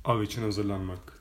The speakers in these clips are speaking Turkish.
Av için hazırlanmak.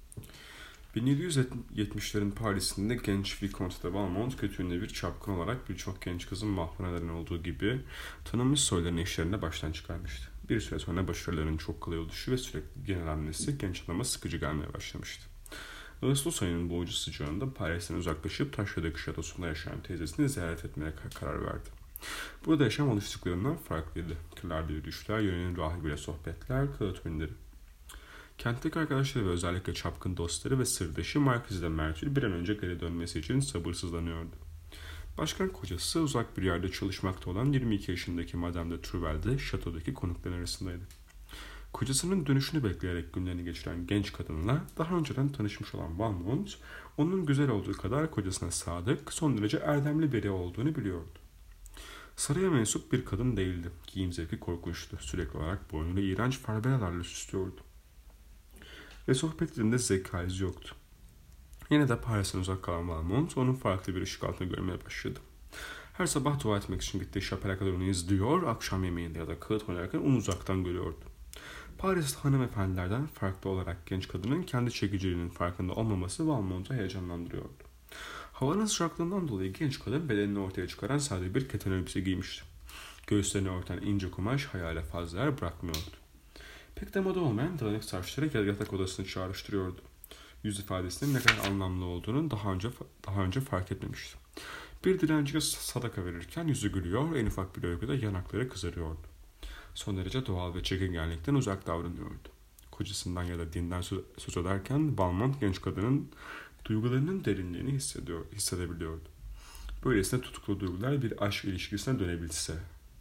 1770'lerin Paris'inde genç Vicomte de Valmont kötü ünlü bir çapkın olarak birçok genç kızın mahvına neden olduğu gibi tanınmış soyların işlerinde baştan çıkarmıştı. Bir süre sonra başarılarının çok kolay oluşu ve sürekli yenilenmesi genç adama sıkıcı gelmeye başlamıştı. Ağustos ayının boğucu sıcağında Paris'ten uzaklaşıp Taşra'daki şatosunda yaşayan teyzesini ziyaret etmeye karar verdi. Burada yaşam alıştıklarından farklıydı. Kırlarda yürüyüşler, yönenin rahibiyle sohbetler, kağıt oyunları. Kentteki arkadaşları ve özellikle çapkın dostları ve sırdaşı Markiz de Mertül bir an önce geri dönmesi için sabırsızlanıyordu. Başkan kocası uzak bir yerde çalışmakta olan 22 yaşındaki Madame de Truvel de şatodaki konukların arasındaydı. Kocasının dönüşünü bekleyerek günlerini geçiren genç kadınla daha önceden tanışmış olan Valmont, onun güzel olduğu kadar kocasına sadık, son derece erdemli biri olduğunu biliyordu. Saraya mensup bir kadın değildi. Giyim zevki korkunçtu. Sürekli olarak boynunu iğrenç farbelalarla süslüyordu. Ve sohbetlerinde zekayız yoktu. Yine de Paris'ten uzak kalan Valmont onun farklı bir ışık altında görmeye başladı. Her sabah dua etmek için gittiği şapele kadar onu izliyor, akşam yemeğinde ya da kağıt oynarken onu uzaktan görüyordu. Paris'te hanımefendilerden farklı olarak genç kadının kendi çekiciliğinin farkında olmaması Valmont'u heyecanlandırıyordu. Havanın sıcaklığından dolayı genç kadın bedenini ortaya çıkaran sade bir keten elbise giymişti. Göğüslerini örten ince kumaş hayale fazla yer bırakmıyordu. Pek de moda olmayan dağınık saçları yatak odasını çağrıştırıyordu. Yüz ifadesinin ne kadar anlamlı olduğunu daha önce fark etmemişti. Bir dilenciye sadaka verirken yüzü gülüyor, en ufak bir övgüde yanakları kızarıyordu. Son derece doğal ve çekingenlikten uzak davranıyordu. Kocasından ya da dinden söz ederken Valmont genç kadının duygularının derinliğini hissedebiliyordu. Böylesine tutuklu duygular bir aşk ilişkisine dönebilse.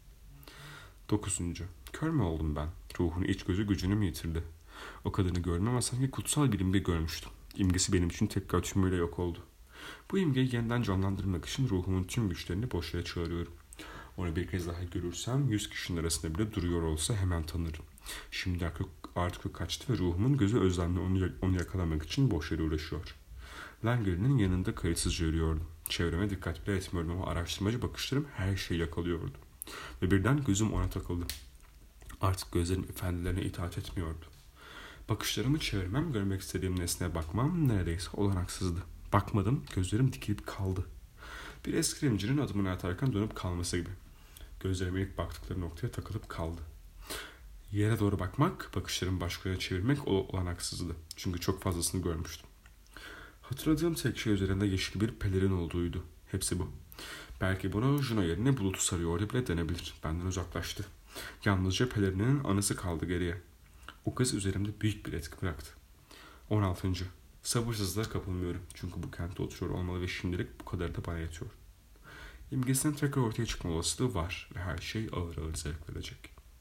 9. Kör mü oldum ben? Ruhun iç gözü gücünü mü yitirdi? O kadını görmem ama sanki kutsal bir imge görmüştüm. İmgesi benim için tekrar tümüyle yok oldu. Bu imgeyi yeniden canlandırmak için ruhumun tüm güçlerini boş yere çağırıyorum. Onu bir kez daha görürsem 100 kişinin arasında bile duruyor olsa hemen tanırım. Şimdi artık o kaçtı ve ruhumun gözü özlemle onu yakalamak için boş yere uğraşıyor. Langer'in yanında kayıtsızca yürüyordum. Çevreme dikkat bile etmiyordum ama araştırmacı bakışlarım her şeyi yakalıyordu. Ve birden gözüm ona takıldı. Artık gözlerim efendilerine itaat etmiyordu. Bakışlarımı çevirmem, görmek istediğim nesneye bakmam neredeyse olanaksızdı. Bakmadım, gözlerim dikilip kaldı. Bir eskrimcinin adımını atarken dönüp kalması gibi. Gözlerim ilk baktıkları noktaya takılıp kaldı. Yere doğru bakmak, bakışlarımı başka yere çevirmek olanaksızdı. Çünkü çok fazlasını görmüştüm. Hatırladığım tek şey üzerinde yeşil bir pelerin olduğuydu. Hepsi bu. Belki bunu Juno yerine bulutu sarıyordu bile denebilir. Benden uzaklaştı. Yalnızca pelerinin anısı kaldı geriye. O kız üzerimde büyük bir etki bıraktı. 16. Sabırsızlığa kapılmıyorum. Çünkü bu kentte oturuyor olmalı ve şimdilik bu kadar da bana yetiyor. İmgesinin tekrar ortaya çıkma olasılığı var ve her şey ağır ağır zevk verecek.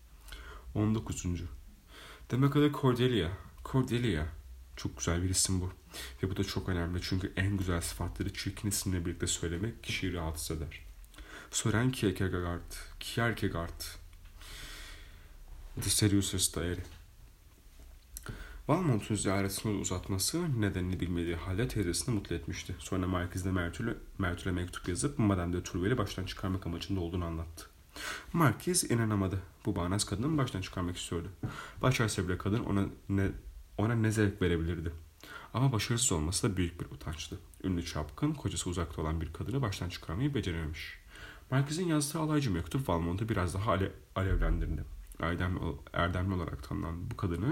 19. Demek adı Cordelia. Cordelia. Çok güzel bir isim bu. Ve bu da çok önemli çünkü en güzel sıfatları çirkin isimle birlikte söylemek kişiyi rahatsız eder. Søren Kierkegaard. The Seducer's Diary. Valmont'un ziyaretini uzatması nedenini bilmediği halde teyzesini mutlu etmişti. Sonra Markiz de Mertül'e mektup yazıp Madame de Tourvel'i baştan çıkarmak amacında olduğunu anlattı. Markiz inanamadı. Bu bağnaz kadının baştan çıkarmak istiyordu. Başarsa bile kadın ona ne zevk verebilirdi. Ama başarısız olması da büyük bir utançtı. Ünlü çapkın, kocası uzakta olan bir kadını baştan çıkarmayı becerememiş. Markiz'in yazdığı alaycı mektup Valmont'u biraz daha alevlendirdi. Erdemli olarak tanınan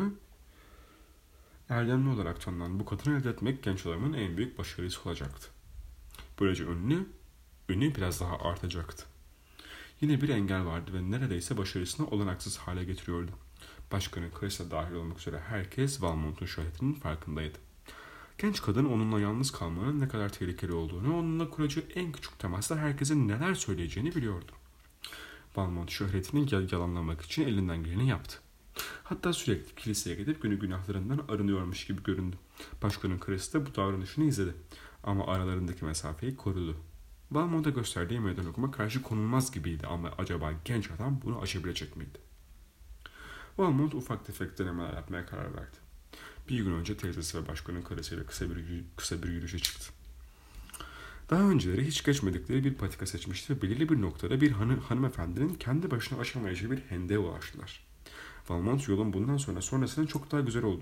bu kadını elde etmek genç adamın en büyük başarısı olacaktı. Böylece ünlü biraz daha artacaktı. Yine bir engel vardı ve neredeyse başarısını olanaksız hale getiriyordu. Başkanın karısı dahil olmak üzere herkes Valmont'un şöhretinin farkındaydı. Genç kadın onunla yalnız kalmanın ne kadar tehlikeli olduğunu, onunla kuracağı en küçük temasla herkesin neler söyleyeceğini biliyordu. Valmont şöhretini yalanlamak için elinden geleni yaptı. Hatta sürekli kiliseye gidip günahlarından arınıyormuş gibi göründü. Başkanın karısı da bu davranışını izledi. Ama aralarındaki mesafeyi korudu. Valmont'a gösterdiği meydan okuma karşı konulmaz gibiydi ama acaba genç adam bunu aşabilecek miydi? Valmont ufak tefek denemeler yapmaya karar verdi. Bir gün önce teyzesi ve başkanın karısıyla kısa bir yürüyüşe çıktı. Daha önceleri hiç geçmedikleri bir patika seçmişti ve belirli bir noktada bir hanımefendinin kendi başına aşamayacağı bir hendeğe ulaştılar. Valmont yolun bundan sonrasının çok daha güzel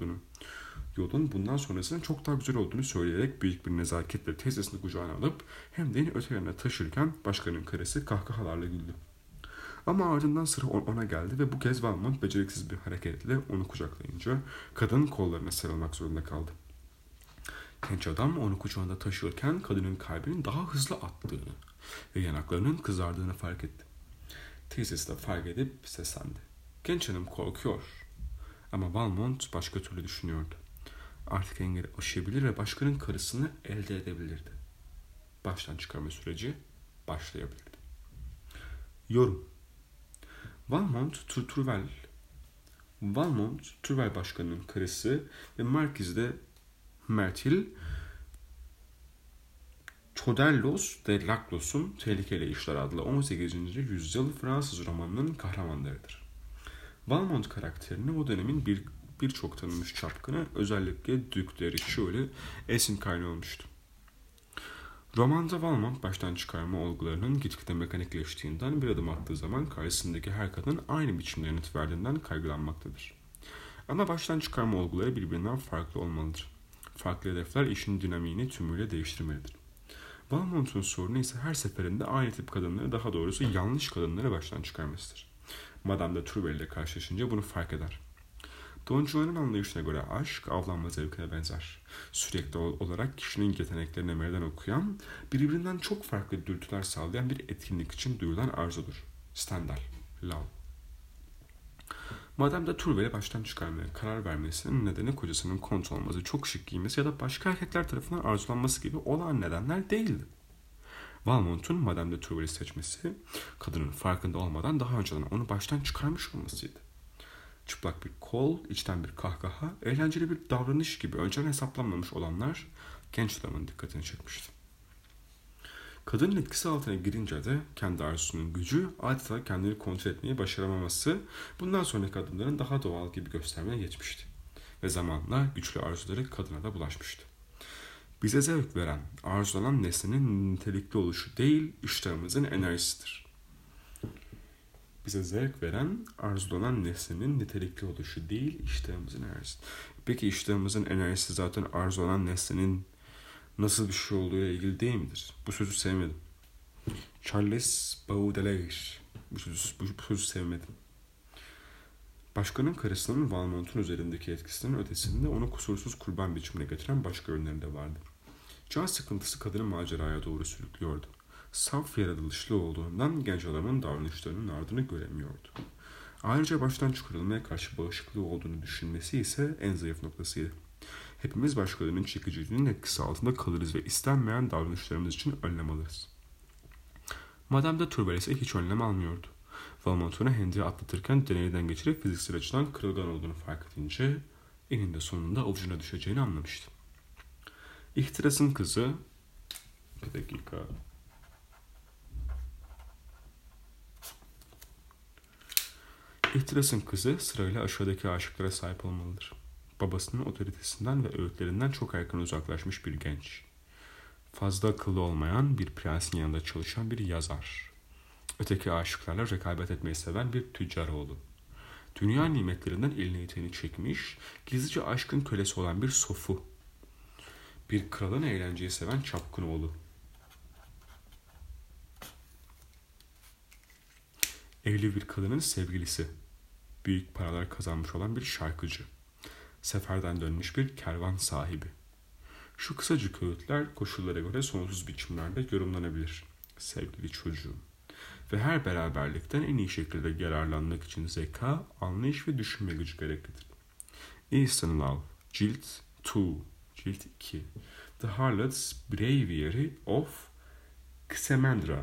olduğunu söyleyerek büyük bir nezaketle teyzesini kucağına alıp hem de öte yanına taşırken başkanın karısı kahkahalarla güldü. Ama ardından sıra ona geldi ve bu kez Valmont beceriksiz bir hareketle onu kucaklayınca kadının kollarına sarılmak zorunda kaldı. Genç adam onu kucağında taşırken kadının kalbinin daha hızlı attığını ve yanaklarının kızardığını fark etti. Teyzesi de fark edip seslendi. Genç hanım korkuyor. Ama Valmont başka türlü düşünüyordu. Artık engeli aşabilir ve başkanın karısını elde edebilirdi. Baştan çıkarma süreci başlayabilirdi. Yorum. Valmont Turvel başkanının karısı ve Markiz de Mertil Choderlos de Laclos'un Tehlikeli İşler adlı 18. yüzyıl Fransız romanının kahramanlarıdır. Valmont karakterini o dönemin birçok tanınmış çapkını, özellikle Duc de Richelieu esin kaynağı olmuştu. Romanda Valmont baştan çıkarma olgularının gitgide mekanikleştiğinden bir adım attığı zaman karşısındaki her kadın aynı biçimde yanıt verdiğinden kaygılanmaktadır. Ama baştan çıkarma olguları birbirinden farklı olmalıdır. Farklı hedefler işin dinamiğini tümüyle değiştirmelidir. Valmont'un sorunu ise her seferinde aynı tip kadınları, daha doğrusu yanlış kadınları baştan çıkarmasıdır. Madame de Tourvel ile karşılaşınca bunu fark eder. Don Juan'ın anlayışına göre aşk avlanma zevkine benzer. Sürekli olarak kişinin yeteneklerine meydan okuyan, birbirinden çok farklı dürtüler sağlayan bir etkinlik için duyulan arzudur. Stendhal, Love. Madame de Tourvel'e baştan çıkarmaya karar vermesinin nedeni kocasının kont olması, çok şık giymesi ya da başka erkekler tarafından arzulanması gibi olağan nedenler değildi. Valmont'un Madame de Tourvel'i seçmesi, kadının farkında olmadan daha önceden onu baştan çıkarmış olmasıydı. Çıplak bir kol, içten bir kahkaha, eğlenceli bir davranış gibi önceden hesaplanmamış olanlar genç adamın dikkatini çekmişti. Kadının etkisi altına girince de kendi arzusunun gücü, adeta kendini kontrol etmeyi başaramaması bundan sonraki adımların daha doğal gibi göstermeye geçmişti. Ve zamanla güçlü arzuları kadına da bulaşmıştı. Bize zevk veren, arzulanan nesnenin nitelikli oluşu değil, iştahımızın enerjisidir. Bize zevk veren, arzulanan nesnenin nitelikli oluşu değil, iştahımızın enerjisi. Peki iştahımızın enerjisi zaten arzulanan nesnenin nasıl bir şey olduğuyla ilgili değil midir? Bu sözü sevmedim. Charles Baudelaire. Bu sözü sevmedim. Başkanın karısının Valmont'un üzerindeki etkisinin ötesinde onu kusursuz kurban biçimine getiren başka yönleri de vardı. Can sıkıntısı kadını maceraya doğru sürüklüyordu. Saf yaratılışlı olduğundan genç adamın davranışlarının ardını göremiyordu. Ayrıca baştan çıkarılmaya karşı bağışıklığı olduğunu düşünmesi ise en zayıf noktasıydı. Hepimiz başkalarının çekiciliğinin etkisi altında kalırız ve istenmeyen davranışlarımız için önlem alırız. Madame de Tourvel ise hiç önlem almıyordu. Valmont'unu hendiğe atlatırken deneyden geçirip fiziksel açıdan kırılgan olduğunu fark edince eninde sonunda avucuna düşeceğini anlamıştı. İhtiras'ın kızı... Bir dakika... İhtiras'ın kızı sırayla aşağıdaki aşıklara sahip olmalıdır. Babasının otoritesinden ve öğütlerinden çok erken uzaklaşmış bir genç. Fazla akıllı olmayan bir prensin yanında çalışan bir yazar. Öteki aşıklarla rekabet etmeyi seven bir tüccar oğlu. Dünya nimetlerinden eline iteğini çekmiş, gizlice aşkın kölesi olan bir sofu. Bir kralın eğlenceyi seven çapkın oğlu. Evli bir kadının sevgilisi. Büyük paralar kazanmış olan bir şarkıcı. Seferden dönmüş bir kervan sahibi. Şu kısacık öğütler koşullara göre sonsuz biçimlerde yorumlanabilir. Sevgili çocuğum. Ve her beraberlikten en iyi şekilde yararlanmak için zeka, anlayış ve düşünme gücü gereklidir. Easton Love, Cilt 2, Cilt 2. The Harlot's Breviary of Xemendra.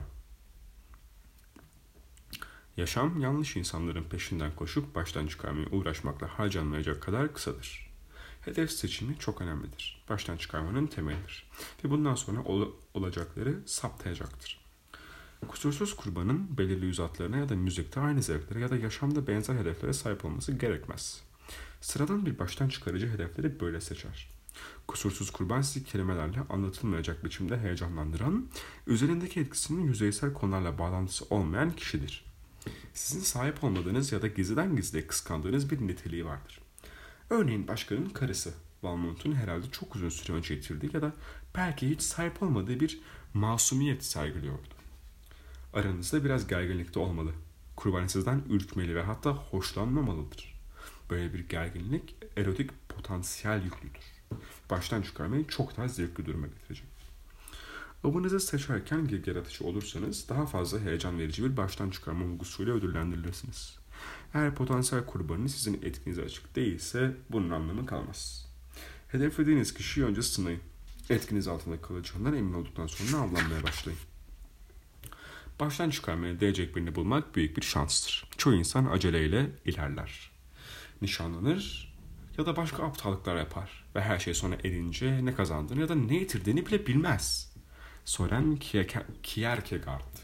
Yaşam, yanlış insanların peşinden koşup baştan çıkarmaya uğraşmakla harcanmayacak kadar kısadır. Hedef seçimi çok önemlidir. Baştan çıkarmanın temelidir. Ve bundan sonra olacakları saptayacaktır. Kusursuz kurbanın belirli yüz hatlarına ya da müzikte aynı zevklere ya da yaşamda benzer hedeflere sahip olması gerekmez. Sıradan bir baştan çıkarıcı hedefleri böyle seçer. Kusursuz kurban sizi kelimelerle anlatılmayacak biçimde heyecanlandıran, üzerindeki etkisinin yüzeysel konularla bağlantısı olmayan kişidir. Sizin sahip olmadığınız ya da gizliden gizliye kıskandığınız bir niteliği vardır. Örneğin başkanın karısı Valmont'un herhalde çok uzun süre önce yitirdiği ya da belki hiç sahip olmadığı bir masumiyet sergiliyordu. Aranızda biraz gerginlik de olmalı. Kurban sizden ürkmeli ve hatta hoşlanmamalıdır. Böyle bir gerginlik erotik potansiyel yüklüdür. Baştan çıkarmayı çok daha zevkli duruma getirecek. Avınızı seçerken yaratıcı olursanız daha fazla heyecan verici bir baştan çıkarma olgusuyla ödüllendirilirsiniz. Eğer potansiyel kurbanınız sizin etkinize açık değilse bunun anlamı kalmaz. Hedeflediğiniz kişiyi önce sınayın. Etkiniz altında kalacağından emin olduktan sonra avlanmaya başlayın. Baştan çıkarmaya değecek birini bulmak büyük bir şanstır. Çoğu insan aceleyle ilerler. Nişanlanır ya da başka aptallıklar yapar ve her şey sona erince ne kazandığını ya da ne yitirdiğini bile bilmez. Soren Kierkegaard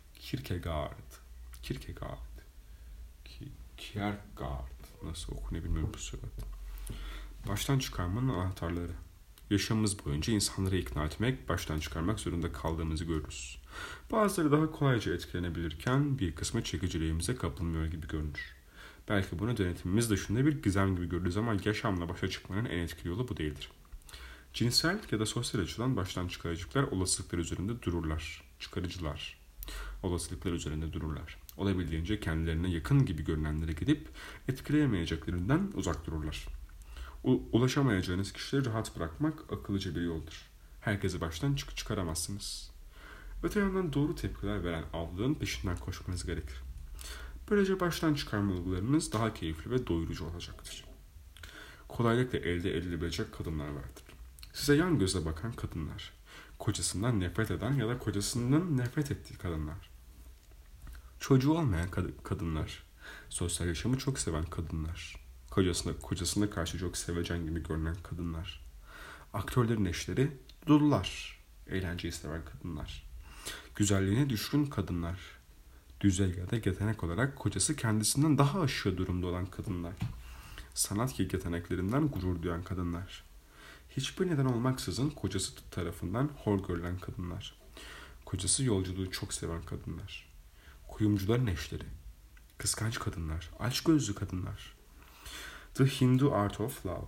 nasıl okunuyor bilmiyorum bu sırada. Baştan çıkarmanın anahtarları. Yaşamımız boyunca insanları ikna etmek, baştan çıkarmak zorunda kaldığımızı görürüz. Bazıları daha kolayca etkilenebilirken bir kısmı çekiciliğimize kapılmıyor gibi görünür. Belki bunu denetimimiz dışında bir gizem gibi görürüz ama yaşamla başa çıkmanın en etkili yolu bu değildir. Cinsel ya da sosyal açıdan baştan çıkarıcılar olasılıklar üzerinde dururlar. Olasılıklar üzerinde dururlar. Olabildiğince kendilerine yakın gibi görünenlere gidip etkileyemeyeceklerinden uzak dururlar. Ulaşamayacağınız kişileri rahat bırakmak akıllıca bir yoldur. Herkesi baştan çıkaramazsınız. Öte yandan doğru tepkiler veren avlığın peşinden koşmanız gerekir. Böylece baştan çıkarma olgularınız daha keyifli ve doyurucu olacaktır. Kolaylıkla elde edilebilecek kadınlar vardır. Size yan göze bakan kadınlar, kocasından nefret eden ya da kocasından nefret ettiği kadınlar, çocuğu olmayan kadınlar, sosyal yaşamı çok seven kadınlar, kocasına karşı çok sevecen gibi görünen kadınlar, aktörlerin eşleri, dullar, eğlenceyi seven kadınlar, güzelliğine düşkün kadınlar, düzey ya da yetenek olarak kocası kendisinden daha aşağı durumda olan kadınlar, sanat yeteneklerinden gurur duyan kadınlar, hiçbir neden olmaksızın kocası tarafından hor görülen kadınlar, kocası yolculuğu çok seven kadınlar, kuyumcuların eşleri, kıskanç kadınlar, açgözlü kadınlar. The Hindu Art of Love.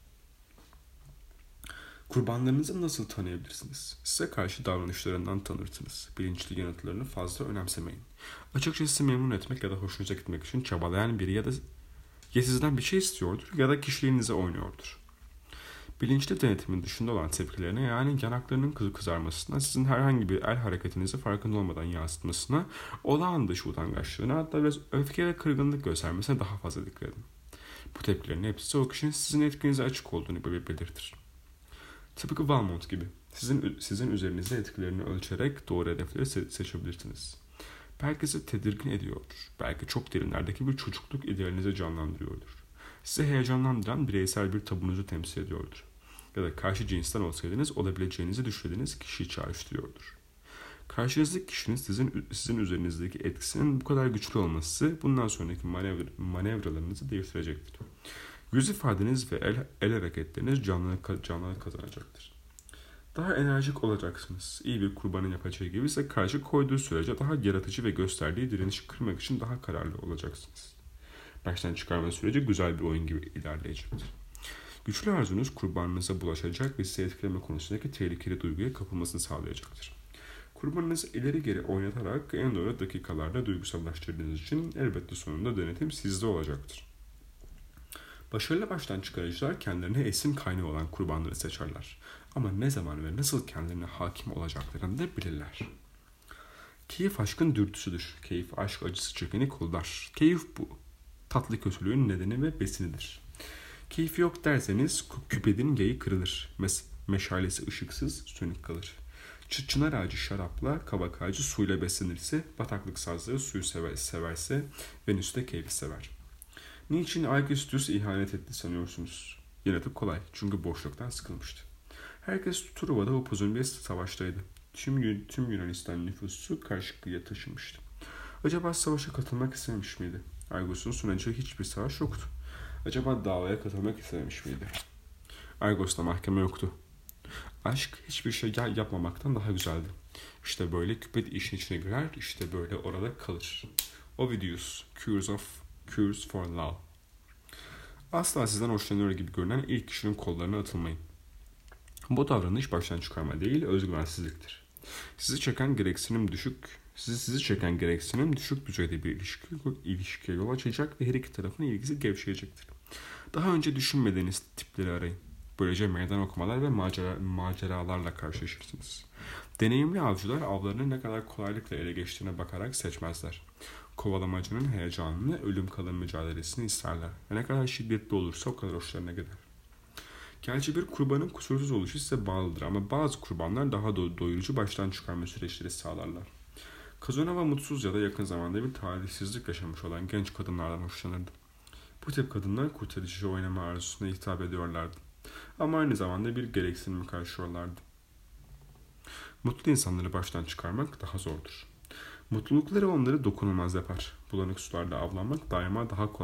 Kurbanlarınızı nasıl tanıyabilirsiniz? Size karşı davranışlarından tanırsınız. Bilinçli yanıtlarını fazla önemsemeyin. Açıkçası memnun etmek ya da hoşunuza gitmek için çabalayan biri ya sizden bir şey istiyordur ya da kişiliğinize oynuyordur. Bilinçli denetimin dışında olan tepkilerine, yani yanaklarının kızarmasına, sizin herhangi bir el hareketinizi farkında olmadan yansıtmasına, olağan dışı utangaçlığına, hatta biraz öfke ve kırgınlık göstermesine daha fazla dikkat edin. Bu tepkilerin hepsi o kişinin sizin etkinize açık olduğunu belirtir. Tıpkı Valmont gibi sizin üzerinizde etkilerini ölçerek doğru hedefleri seçebilirsiniz. Belki sizi tedirgin ediyordur. Belki çok derinlerdeki bir çocukluk idealinizi canlandırıyordur. Sizi heyecanlandıran bireysel bir tabunuzu temsil ediyordur. Ya da karşı cinsten olsaydınız olabileceğinizi düşündüğünüz kişiyi çağrıştırıyordur. Karşınızdaki kişinin sizin üzerinizdeki etkisinin bu kadar güçlü olması bundan sonraki manevralarınızı değiştirecektir. Yüz ifadeniz ve el hareketleriniz canlılık kazanacaktır. Daha enerjik olacaksınız. İyi bir kurbanın yapacağı gibi ise karşı koyduğu sürece daha yaratıcı ve gösterdiği direnişi kırmak için daha kararlı olacaksınız. Baştan çıkarma süreci güzel bir oyun gibi ilerleyecektir. Güçlü arzunuz kurbanınıza bulaşacak ve sizi etkileme konusundaki tehlikeli duyguya kapılmasını sağlayacaktır. Kurbanınızı ileri geri oynatarak en doğru dakikalarda duygusallaştırdığınız için elbette sonunda denetim sizde olacaktır. Başarılı baştan çıkarıcılar kendilerine esin kaynağı olan kurbanları seçerler. Ama ne zaman ve nasıl kendilerine hakim olacaklarını da bilirler. Keyif aşkın dürtüsüdür. Keyif aşk acısı çekeni kollar. Keyif bu. Tatlı kötülüğün nedeni ve besinidir. Keyfi yok derseniz küpedin yayı kırılır. Meşalesi ışıksız sönük kalır. Çınar ağacı şarapla, kabak ağacı suyla beslenirse, bataklık sazları suyu severse, Venüs de keyfi sever. Niçin Aigustus ihanet etti sanıyorsunuz? Yanıtı kolay, çünkü boşluktan sıkılmıştı. Herkes Truva'da upuzun bir savaştaydı. Tüm Yunanistan nüfusu karşı kıyıya taşınmıştı. Acaba savaşa katılmak istemiş miydi? Argos'un sunacağı hiçbir savaş yoktu. Acaba davaya katılmak istemiş miydi? Argos'ta mahkeme yoktu. Aşk hiçbir şey yapmamaktan daha güzeldi. İşte böyle küpet işin içine girer, işte böyle orada kalır. Ovidius, Cures for Love. Asla sizden hoşlanıyor gibi görünen ilk kişinin kollarına atılmayın. Bu davranış baştan çıkarma değil, özgüvensizliktir. Sizi çeken gereksinim düşük düzeyde bir ilişkiye yol açacak ve her iki tarafın ilgisi gevşeyecektir. Daha önce düşünmediğiniz tipleri arayın. Böylece meydan okumalar ve maceralarla karşılaşırsınız. Deneyimli avcılar avlarını ne kadar kolaylıkla ele geçtiğine bakarak seçmezler. Kovalamacının heyecanını, ölüm kalım mücadelesini isterler ve ne kadar şiddetli olursa o kadar hoşlarına gider. Gerçi bir kurbanın kusursuz oluşu size bağlıdır ama bazı kurbanlar daha doyurucu baştan çıkarma süreçleri sağlarlar. Kazanova mutsuz ya da yakın zamanda bir talihsizlik yaşamış olan genç kadınlardan hoşlanırdı. Bu tip kadınlar kurtarıcı oynama arzusuna hitap ediyorlardı. Ama aynı zamanda bir gereksinimi karşılıyorlardı. Mutlu insanları baştan çıkarmak daha zordur. Mutlulukları onları dokunulmaz yapar. Bulanık sularda avlanmak daima daha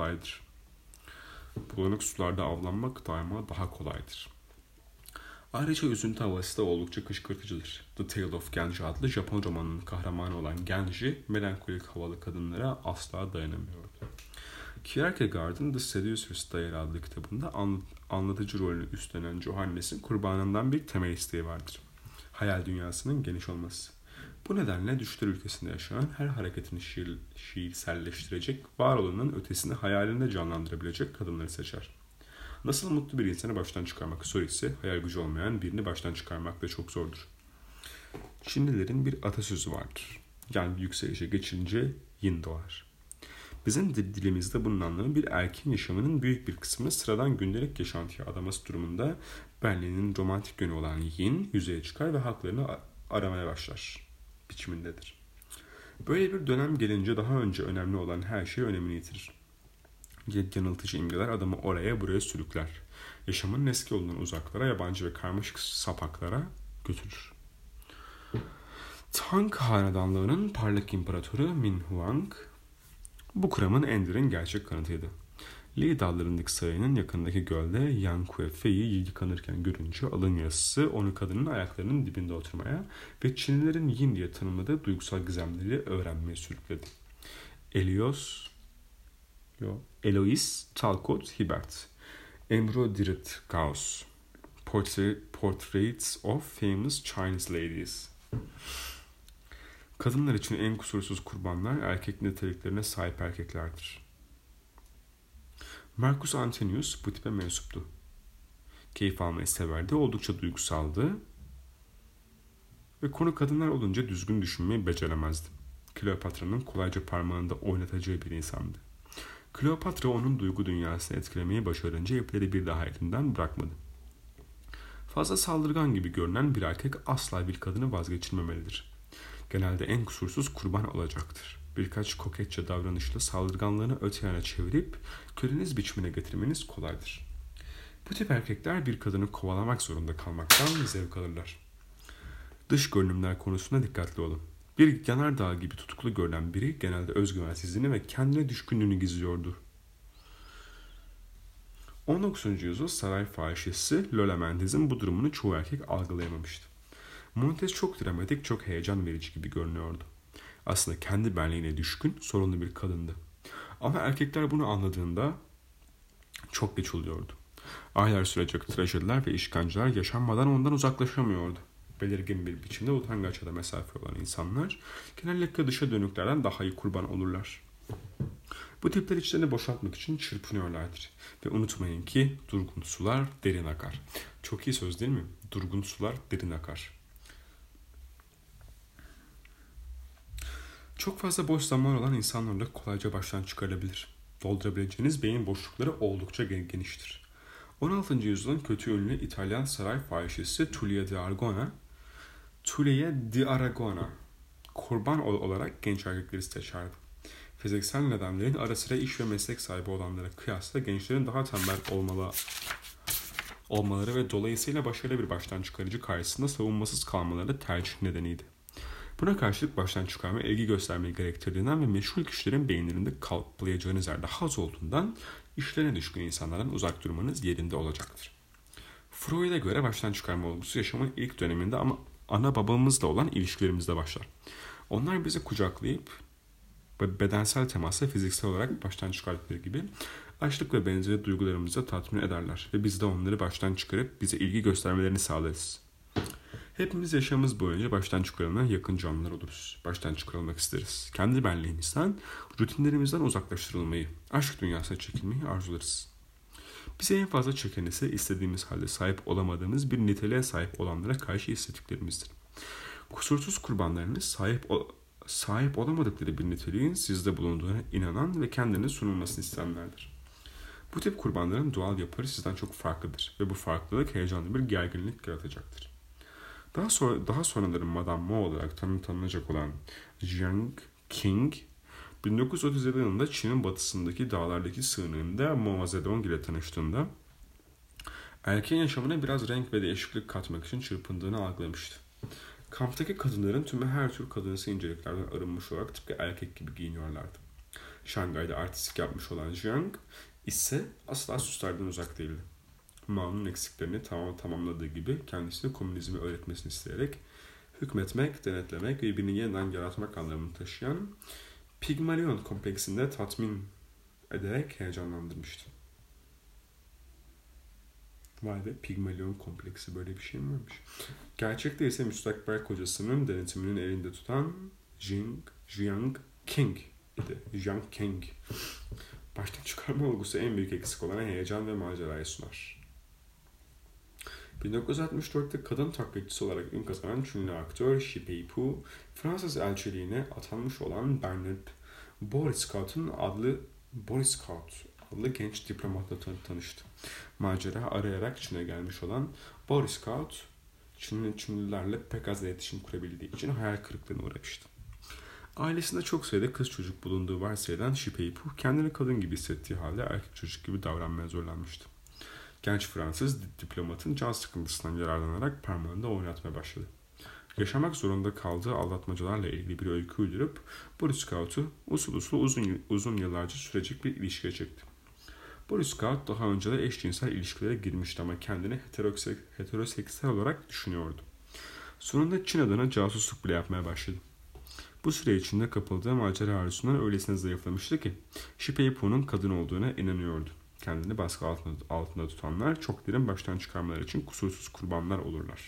kolaydır. Ayrıca üzüntü havası da oldukça kışkırtıcıdır. The Tale of Genji adlı Japon romanının kahramanı olan Genji, melankolik havalı kadınlara asla dayanamıyordu. Kierkegaard'ın The Seducer's Diary adlı kitabında anlatıcı rolünü üstlenen Johannes'in kurbanından bir temel isteği vardır. Hayal dünyasının geniş olması. Bu nedenle düşler ülkesinde yaşanan her hareketini şiirselleştirecek, var olanın ötesini hayalinde canlandırabilecek kadınları seçer. Nasıl mutlu bir insanı baştan çıkarmak zor ise, hayal gücü olmayan birini baştan çıkarmak da çok zordur. Çinlilerin bir atasözü vardır. Yani bir yükselişe geçince yin doğar. Bizim dilimizde bunun anlamı bir erkeğin yaşamının büyük bir kısmını sıradan gündelik yaşantıya adaması durumunda benliğinin romantik yönü olan yin yüzeye çıkar ve haklarını aramaya başlar biçimindedir. Böyle bir dönem gelince daha önce önemli olan her şey önemini yitirir. Yanıltıcı imgeler adamı oraya buraya sürükler. Yaşamın eski yolundan uzaklara, yabancı ve karmaşık sapaklara götürür. Tang Hanedanlığı'nın parlak imparatoru Min Huang, bu kuramın en derin gerçek kanıtıydı. Li dallarındaki sarayının yakındaki gölde Yang Kuefei'yi yıkanırken görünce alın yazısı onu kadının ayaklarının dibinde oturmaya ve Çinlilerin yin diye tanımladığı duygusal gizemleri öğrenmeye sürükledi. Eloise Talcott Hibbert, Embroidered Gauss, Portraits of Famous Chinese Ladies. Kadınlar için en kusursuz kurbanlar erkek niteliklerine sahip erkeklerdir. Marcus Antonius bu tipe mensuptu. Keyif almayı severdi, oldukça duygusaldı ve konu kadınlar olunca düzgün düşünmeyi beceremezdi. Kleopatra'nın kolayca parmağında oynatacağı bir insandı. Kleopatra onun duygu dünyasını etkilemeyi başarınca ipleri bir daha elinden bırakmadı. Fazla saldırgan gibi görünen bir erkek asla bir kadını vazgeçirmemelidir. Genelde en kusursuz kurban olacaktır. Birkaç koketçe davranışla saldırganlığını öte yana çevirip köleniz biçimine getirmeniz kolaydır. Bu tip erkekler bir kadını kovalamak zorunda kalmaktan zevk alırlar. Dış görünümler konusunda dikkatli olun. Bir yanardağ gibi tutuklu görünen biri genelde özgüvensizliğini ve kendine düşkünlüğünü gizliyordu. 19. yüzyıl saray fahişesi Lola Montez'in bu durumunu çoğu erkek algılayamamıştı. Montez çok dramatik, çok heyecan verici gibi görünüyordu. Aslında kendi benliğine düşkün, sorunlu bir kadındı. Ama erkekler bunu anladığında çok geç oluyordu. Aylar sürecek trajediler ve işkenceler yaşanmadan ondan uzaklaşamıyordu. Belirgin bir biçimde utangaç ya da mesafe olan insanlar genellikle dışa dönüklerden daha iyi kurban olurlar. Bu tipler içlerini boşaltmak için çırpınıyorlardır. Ve unutmayın ki durgun sular derin akar. Çok iyi söz değil mi? Durgun sular derin akar. Çok fazla boş zaman olan insanlarla kolayca baştan çıkarılabilir. Doldurabileceğiniz beyin boşlukları oldukça geniştir. 16. yüzyılın kötü ünlü İtalyan saray fahişesi Tullia di Aragona kurban olarak genç erkekleri seçerdi. Fiziksel nedenlerin ara sıra iş ve meslek sahibi olanlara kıyasla gençlerin daha tembel olmaları ve dolayısıyla başarılı bir baştan çıkarıcı karşısında savunmasız kalmaları tercih nedeniydi. Buna karşılık baştan çıkarma ilgi göstermeyi gerektirdiğinden ve meşhur kişilerin beyinlerinde kaplayacağınız yer daha az olduğundan işlerine düşkün insanlardan uzak durmanız yerinde olacaktır. Freud'a göre baştan çıkarma olgusu yaşamın ilk döneminde ama ana babamızla olan ilişkilerimizde başlar. Onlar bizi kucaklayıp Bedensel temasla fiziksel olarak baştan çıkarttıkları gibi açlık ve benzeri duygularımızı tatmin ederler ve biz de onları baştan çıkarıp bize ilgi göstermelerini sağlarız. Hepimiz yaşamımız boyunca baştan çıkarılmaya yakın canlılar oluruz. Baştan çıkarılmak isteriz. Kendi benliğimizden, rutinlerimizden uzaklaştırılmayı, aşk dünyasına çekilmeyi arzularız. Bize en fazla çeken ise istediğimiz halde sahip olamadığımız bir niteliğe sahip olanlara karşı hissettiklerimizdir. Kusursuz kurbanlarınız sahip olamadıkları bir niteliğin sizde bulunduğuna inanan ve kendine sunulmasını isteyenlerdir. Bu tip kurbanların doğal yapıları sizden çok farklıdır ve bu farklılık heyecanlı bir gerginlik yaratacaktır. Daha sonraları Madame Mo olarak tanınacak olan Jiang Qing, 1937 yılında Çin'in batısındaki dağlardaki sığınığında Mao Zedong ile tanıştığında erkeğin yaşamına biraz renk ve değişiklik katmak için çırpındığını algılamıştı. Kamptaki kadınların tümü her tür kadınsı inceliklerden arınmış olarak tıpkı erkek gibi giyiniyorlardı. Şangay'da artistlik yapmış olan Jiang ise asla süslerden uzak değildi. Mao'nun eksiklerini tamamladığı gibi kendisine komünizmi öğretmesini isteyerek hükmetmek, denetlemek ve birini yeniden yaratmak anlamını taşıyan Pigmalion kompleksinde tatmin ederek heyecanlandırmıştı. Vay be, Pigmalion kompleksi, böyle bir şey mi varmış? Gerçekte ise müstakbel kocasının denetiminin elinde tutan Jiang Qing idi. Jiang Qing. Baştan çıkarma olgusu en büyük eksik olan heyecan ve macerayı sunar. 1964'te kadın taklitçisi olarak ün kazanan Çinli aktör Xi Peipu, Fransız elçiliğine atanmış olan Bernard Boriscout'un adlı genç diplomatla tanıştı. Macera arayarak Çin'e gelmiş olan Boriscout, Çinlilerle pek az iletişim kurabildiği için hayal kırıklığına uğramıştı. Ailesinde çok sayıda kız çocuk bulunduğu varsayılan Xi Peipu, kendini kadın gibi hissettiği halde erkek çocuk gibi davranmaya zorlanmıştı. Genç Fransız diplomatın can sıkıntısından yararlanarak parmağında oynatmaya başladı. Yaşamak zorunda kaldığı aldatmacalarla ilgili bir öykü uydurup Boriscout'u usul uzun yıllarca sürecek bir ilişkiye çekti. Boriscout daha önce de eşcinsel ilişkilere girmişti ama kendini heteroseksüel olarak düşünüyordu. Sonunda Çin adına casusluk bile yapmaya başladı. Bu süre içinde kapıldığı macera arzusundan öylesine zayıflamıştı ki Xi Peipu'nun kadın olduğuna inanıyordu. Kendini baskı altında tutanlar çok derin baştan çıkarmalar için kusursuz kurbanlar olurlar.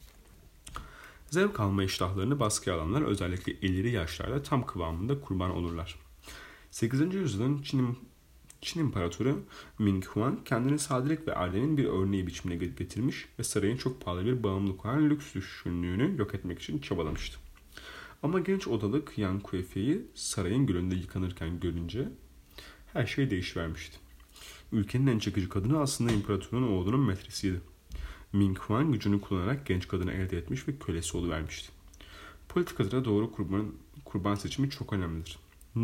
Zevk alma iştahlarını baskıya alanlar özellikle ileri yaşlarda tam kıvamında kurban olurlar. 8. yüzyılın Çin İmparatoru Ming Huan kendini sadelik ve erdenin bir örneği biçimine getirmiş ve sarayın çok pahalı bir bağımlılık olan lüks düşkünlüğünü yok etmek için çabalamıştı. Ama genç odalık Yang Kuefei'yi sarayın gölünde yıkanırken görünce her şey değişivermişti. Ülkenin en çekici kadını aslında imparatorun oğlunun metresiydi. Ming Huan gücünü kullanarak genç kadını elde etmiş ve kölesi oluvermişti. Politikada doğru kurban seçimi çok önemlidir.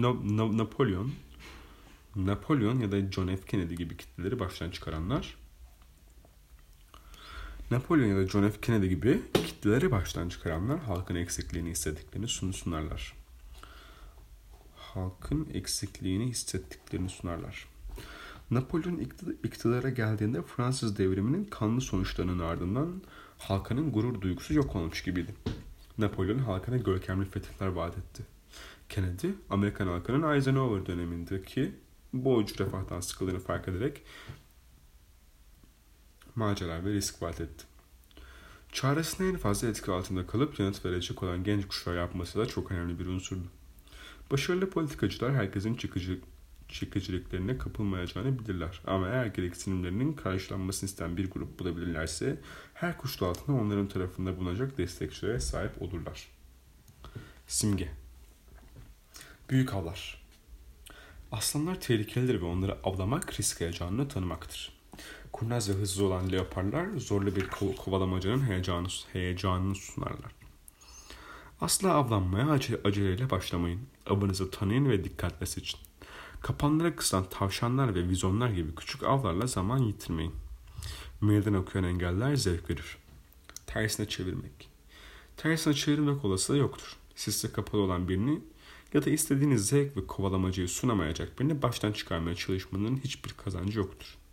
Napolyon ya da John F. Kennedy gibi kitleleri baştan çıkaranlar halkın eksikliğini hissettiklerini sunarlar. Napolyon iktidara geldiğinde Fransız devriminin kanlı sonuçlarının ardından halkının gurur duygusu yok olmuş gibiydi. Napolyon halkına görkemli fetihler vaat etti. Kennedy, Amerikan halkının Eisenhower dönemindeki boğucu refahtan sıkıldığını fark ederek macera ve risk vaat etti. Çaresine en fazla etki altında kalıp yanıt verecek olan genç kuşağı yapması da çok önemli bir unsurdu. Başarılı politikacılar herkesin çekiciliklerine kapılmayacağını bilirler. Ama eğer gereksinimlerinin karşılanmasını isteyen bir grup bulabilirlerse her koşul altında onların tarafında bulunacak destekçilere sahip olurlar. Simge. Büyük avlar. Aslanlar tehlikelidir ve onları avlamak risk heyecanını tanımaktır. Kurnaz ve hızlı olan leoparlar zorlu bir kovalamacanın heyecanını sunarlar. Asla avlanmaya aceleyle başlamayın. Avınızı tanıyın ve dikkatle seçin. Kapanlara kısılan tavşanlar ve vizonlar gibi küçük avlarla zaman yitirmeyin. Meydan okuyan engeller zevk verir. Tersine çevirmek olasılığı yoktur. Sizde kapalı olan birini ya da istediğiniz zevk ve kovalamacayı sunamayacak birini baştan çıkarmaya çalışmanın hiçbir kazancı yoktur.